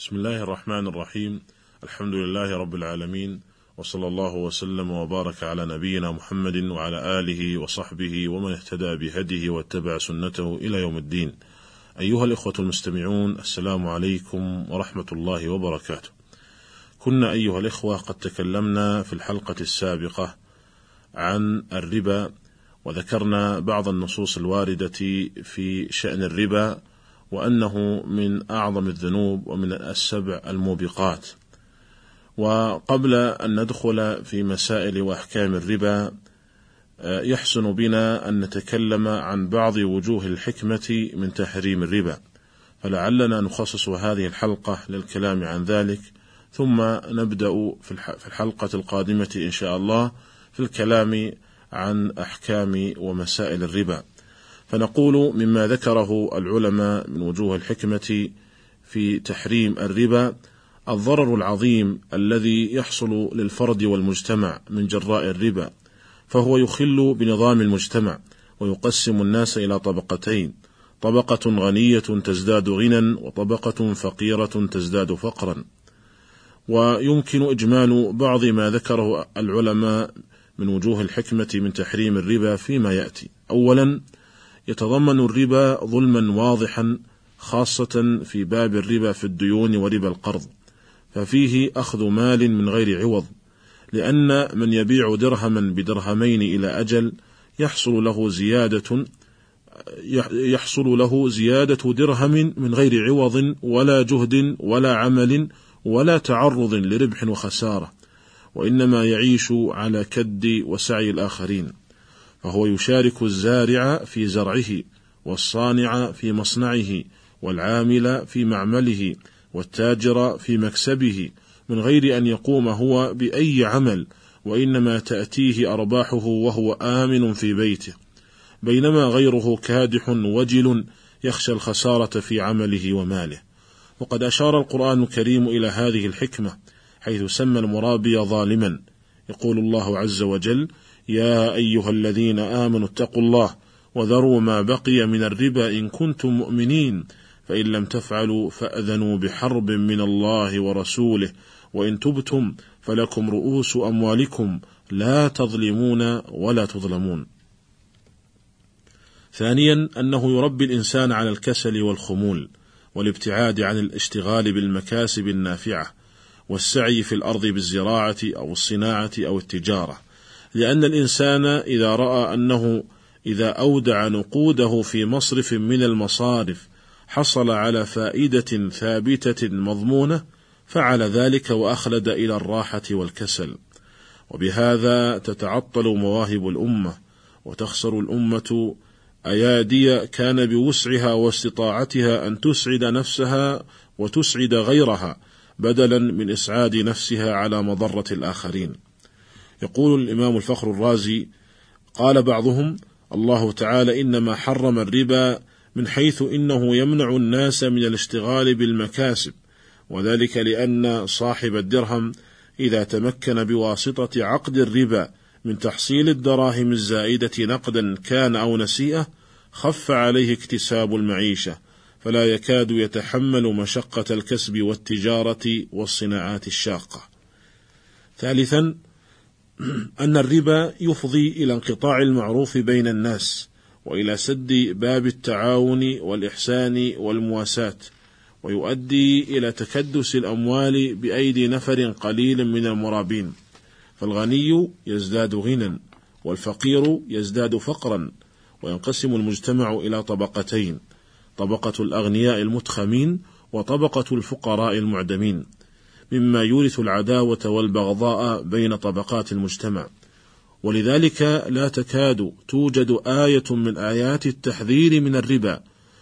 بسم الله الرحمن الرحيم. الحمد لله رب العالمين، وصلى الله وسلم وبارك على نبينا محمد وعلى آله وصحبه ومن اهتدى بهديه واتبع سنته إلى يوم الدين. أيها الإخوة المستمعون، السلام عليكم ورحمة الله وبركاته. كنا أيها الإخوة قد تكلمنا في الحلقة السابقة عن الربا، وذكرنا بعض النصوص الواردة في شأن الربا، وأنه من أعظم الذنوب ومن السبع الموبقات. وقبل أن ندخل في مسائل وأحكام الربا، يحسن بنا أن نتكلم عن بعض وجوه الحكمة من تحريم الربا، فلعلنا نخصص هذه الحلقة للكلام عن ذلك، ثم نبدأ في الحلقة القادمة إن شاء الله في الكلام عن أحكام ومسائل الربا. فنقول مما ذكره العلماء من وجوه الحكمة في تحريم الربا الضرر العظيم الذي يحصل للفرد والمجتمع من جراء الربا، فهو يخل بنظام المجتمع ويقسم الناس إلى طبقتين: طبقة غنية تزداد غنى، وطبقة فقيرة تزداد فقرا. ويمكن إجمال بعض ما ذكره العلماء من وجوه الحكمة من تحريم الربا فيما يأتي. أولا، يتضمن الربا ظلما واضحا، خاصة في باب الربا في الديون وربا القرض، ففيه أخذ مال من غير عوض، لأن من يبيع درهما بدرهمين إلى أجل يحصل له زيادة درهم من غير عوض ولا جهد ولا عمل ولا تعرض لربح وخسارة، وإنما يعيش على كد وسعي الآخرين، فهو يشارك الزارع في زرعه، والصانع في مصنعه، والعامل في معمله، والتاجر في مكسبه، من غير أن يقوم هو بأي عمل، وإنما تأتيه أرباحه وهو آمن في بيته، بينما غيره كادح وجل يخشى الخسارة في عمله وماله. وقد أشار القرآن الكريم إلى هذه الحكمة، حيث سمى المرابي ظالما. يقول الله عز وجل: يا أيها الذين آمنوا اتقوا الله وذروا ما بقي من الربا إن كنتم مؤمنين، فإن لم تفعلوا فأذنوا بحرب من الله ورسوله، وإن تبتم فلكم رؤوس أموالكم لا تظلمون ولا تظلمون. ثانيا، أنه يربي الإنسان على الكسل والخمول، والابتعاد عن الاشتغال بالمكاسب النافعة، والسعي في الأرض بالزراعة أو الصناعة أو التجارة، لأن الإنسان إذا رأى أنه إذا أودع نقوده في مصرف من المصارف حصل على فائدة ثابتة مضمونة فعل ذلك وأخلد إلى الراحة والكسل، وبهذا تتعطل مواهب الأمة، وتخسر الأمة أيادي كان بوسعها واستطاعتها أن تسعد نفسها وتسعد غيرها، بدلا من إسعاد نفسها على مضرة الآخرين. يقول الإمام الفخر الرازي: قال بعضهم: الله تعالى إنما حرم الربا من حيث إنه يمنع الناس من الاشتغال بالمكاسب، وذلك لأن صاحب الدرهم إذا تمكن بواسطة عقد الربا من تحصيل الدراهم الزائدة نقدا كان أو نسيئة خف عليه اكتساب المعيشة، فلا يكاد يتحمل مشقة الكسب والتجارة والصناعات الشاقة. ثالثا، أن الربا يفضي إلى انقطاع المعروف بين الناس، وإلى سد باب التعاون والإحسان والمواساة، ويؤدي إلى تكدس الأموال بأيدي نفر قليل من المرابين، فالغني يزداد غنى والفقير يزداد فقرا، وينقسم المجتمع إلى طبقتين: طبقة الأغنياء المتخمين، وطبقة الفقراء المعدمين، مما يورث العداوة والبغضاء بين طبقات المجتمع. ولذلك لا تكاد توجد آية من آيات التحذير من الربا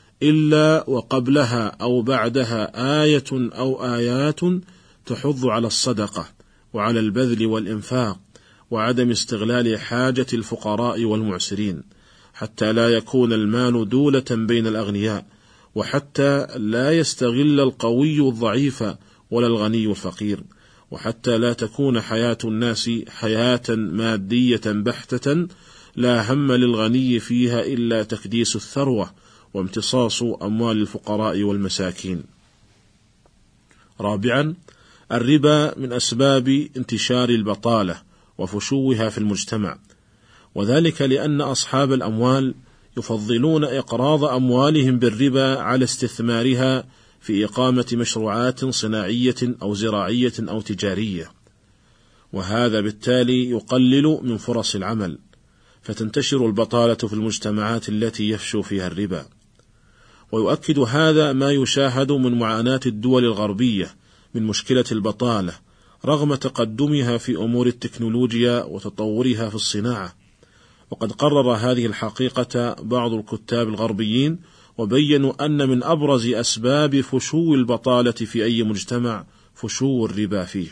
إلا وقبلها أو بعدها آية أو آيات تحض على الصدقة وعلى البذل والإنفاق وعدم استغلال حاجة الفقراء والمعسرين، حتى لا يكون المال دولة بين الأغنياء، وحتى لا يستغل القوي الضعيف ولا الغني الفقير، وحتى لا تكون حياة الناس حياة مادية بحتة لا هم للغني فيها إلا تكديس الثروة وامتصاص أموال الفقراء والمساكين. رابعا، الربا من أسباب انتشار البطالة وفشوها في المجتمع، وذلك لأن أصحاب الأموال يفضلون إقراض أموالهم بالربا على استثمارها في إقامة مشروعات صناعية أو زراعية أو تجارية، وهذا بالتالي يقلل من فرص العمل، فتنتشر البطالة في المجتمعات التي يفشو فيها الربا. ويؤكد هذا ما يشاهد من معاناة الدول الغربية من مشكلة البطالة رغم تقدمها في أمور التكنولوجيا وتطورها في الصناعة. وقد قرر هذه الحقيقة بعض الكتاب الغربيين وبينوا أن من أبرز أسباب فشو البطالة في أي مجتمع فشو الربا فيه.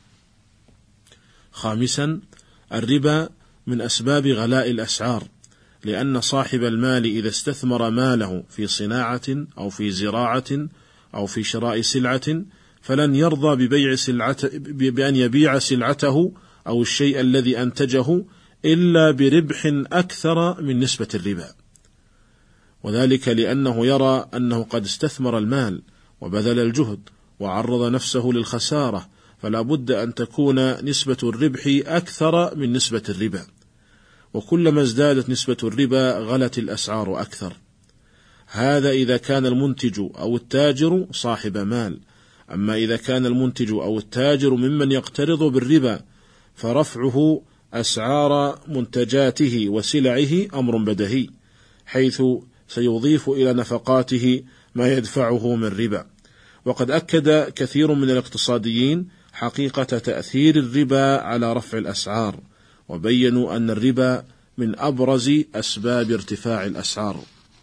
خامسا، الربا من أسباب غلاء الأسعار، لأن صاحب المال إذا استثمر ماله في صناعة أو في زراعة أو في شراء سلعة فلن يرضى بأن يبيع سلعته أو الشيء الذي أنتجه إلا بربح أكثر من نسبة الربا، وذلك لأنه يرى أنه قد استثمر المال وبذل الجهد وعرض نفسه للخسارة، فلا بد أن تكون نسبة الربح أكثر من نسبة الربا، وكلما ازدادت نسبة الربا غلت الأسعار أكثر. هذا إذا كان المنتج أو التاجر صاحب مال. أما إذا كان المنتج أو التاجر ممن يقترض بالربا فرفعه أسعار منتجاته وسلعه أمر بديهي، حيث سيضيف إلى نفقاته ما يدفعه من ربا. وقد أكد كثير من الاقتصاديين حقيقة تأثير الربا على رفع الأسعار، وبينوا أن الربا من أبرز أسباب ارتفاع الأسعار.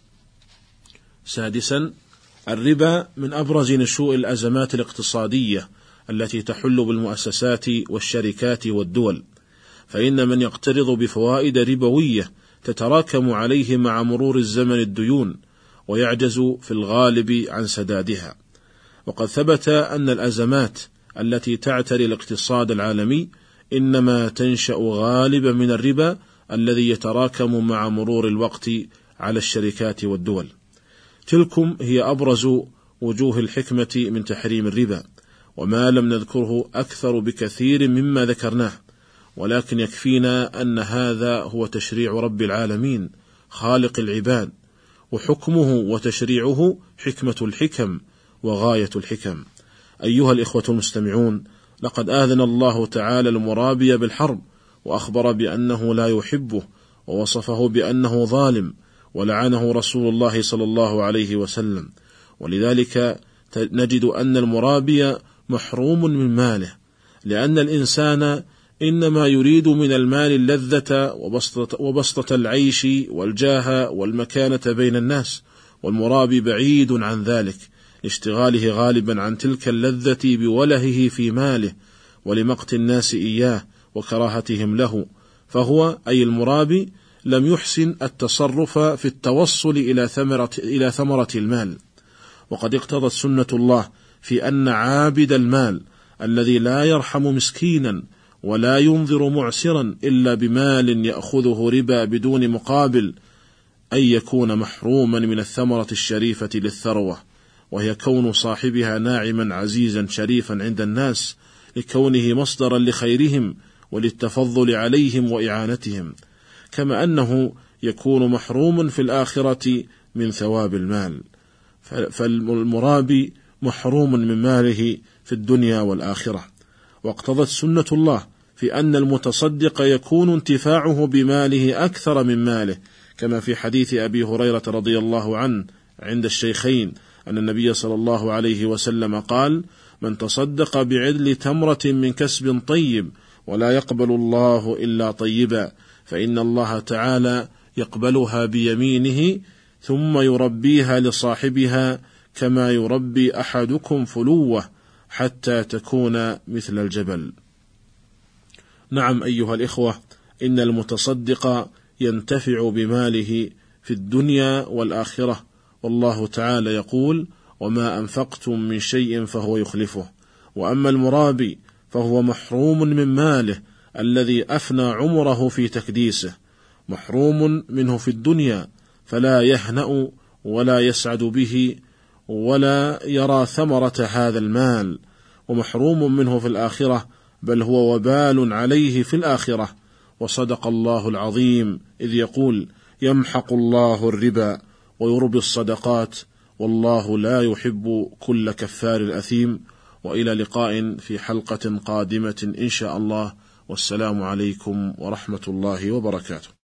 سادسا، الربا من أبرز نشوء الأزمات الاقتصادية التي تحل بالمؤسسات والشركات والدول، فإن من يقترض بفوائد ربوية تتراكم عليه مع مرور الزمن الديون ويعجز في الغالب عن سدادها. وقد ثبت أن الأزمات التي تعتري الاقتصاد العالمي إنما تنشأ غالبا من الربا الذي يتراكم مع مرور الوقت على الشركات والدول. تلكم هي أبرز وجوه الحكمة من تحريم الربا، وما لم نذكره أكثر بكثير مما ذكرناه، ولكن يكفينا أن هذا هو تشريع رب العالمين خالق العباد، وحكمه وتشريعه حكمة الحكم وغاية الحكم. أيها الإخوة المستمعون، لقد آذن الله تعالى المرابي بالحرب، وأخبر بأنه لا يحبه، ووصفه بأنه ظالم، ولعنه رسول الله صلى الله عليه وسلم. ولذلك نجد أن المرابي محروم من ماله، لأن الإنسان إنما يريد من المال اللذة وبسطة العيش والجاه والمكانة بين الناس، والمرابي بعيد عن ذلك لاشتغاله غالبا عن تلك اللذة بولهه في ماله ولمقت الناس إياه وكراهتهم له. فهو أي المرابي لم يحسن التصرف في التوصل إلى ثمرة المال. وقد اقتضت سنة الله في أن عابد المال الذي لا يرحم مسكينا ولا ينظر معسرا إلا بمال يأخذه ربا بدون مقابل أن يكون محروما من الثمرة الشريفة للثروة، وهي كون صاحبها ناعما عزيزا شريفا عند الناس لكونه مصدرا لخيرهم وللتفضل عليهم وإعانتهم، كما أنه يكون محروما في الآخرة من ثواب المال. فالمرابي محروم من ماله في الدنيا والآخرة. واقتضت سنة الله في أن المتصدق يكون انتفاعه بماله أكثر من ماله، كما في حديث أبي هريرة رضي الله عنه عند الشيخين أن النبي صلى الله عليه وسلم قال: من تصدق بعدل تمرة من كسب طيب ولا يقبل الله إلا طيبا، فإن الله تعالى يقبلها بيمينه ثم يربيها لصاحبها كما يربي أحدكم فلوه حتى تكون مثل الجبل. نعم أيها الإخوة، إن المتصدق ينتفع بماله في الدنيا والآخرة، والله تعالى يقول: وما أنفقتم من شيء فهو يخلفه. وأما المرابي فهو محروم من ماله الذي أفنى عمره في تكديسه، محروم منه في الدنيا، فلا يهنأ ولا يسعد به ولا يرى ثمرة هذا المال، ومحروم منه في الآخرة، بل هو وبال عليه في الآخرة. وصدق الله العظيم إذ يقول: يمحق الله الربا ويربي الصدقات والله لا يحب كل كفار أثيم. وإلى لقاء في حلقة قادمة إن شاء الله، والسلام عليكم ورحمة الله وبركاته.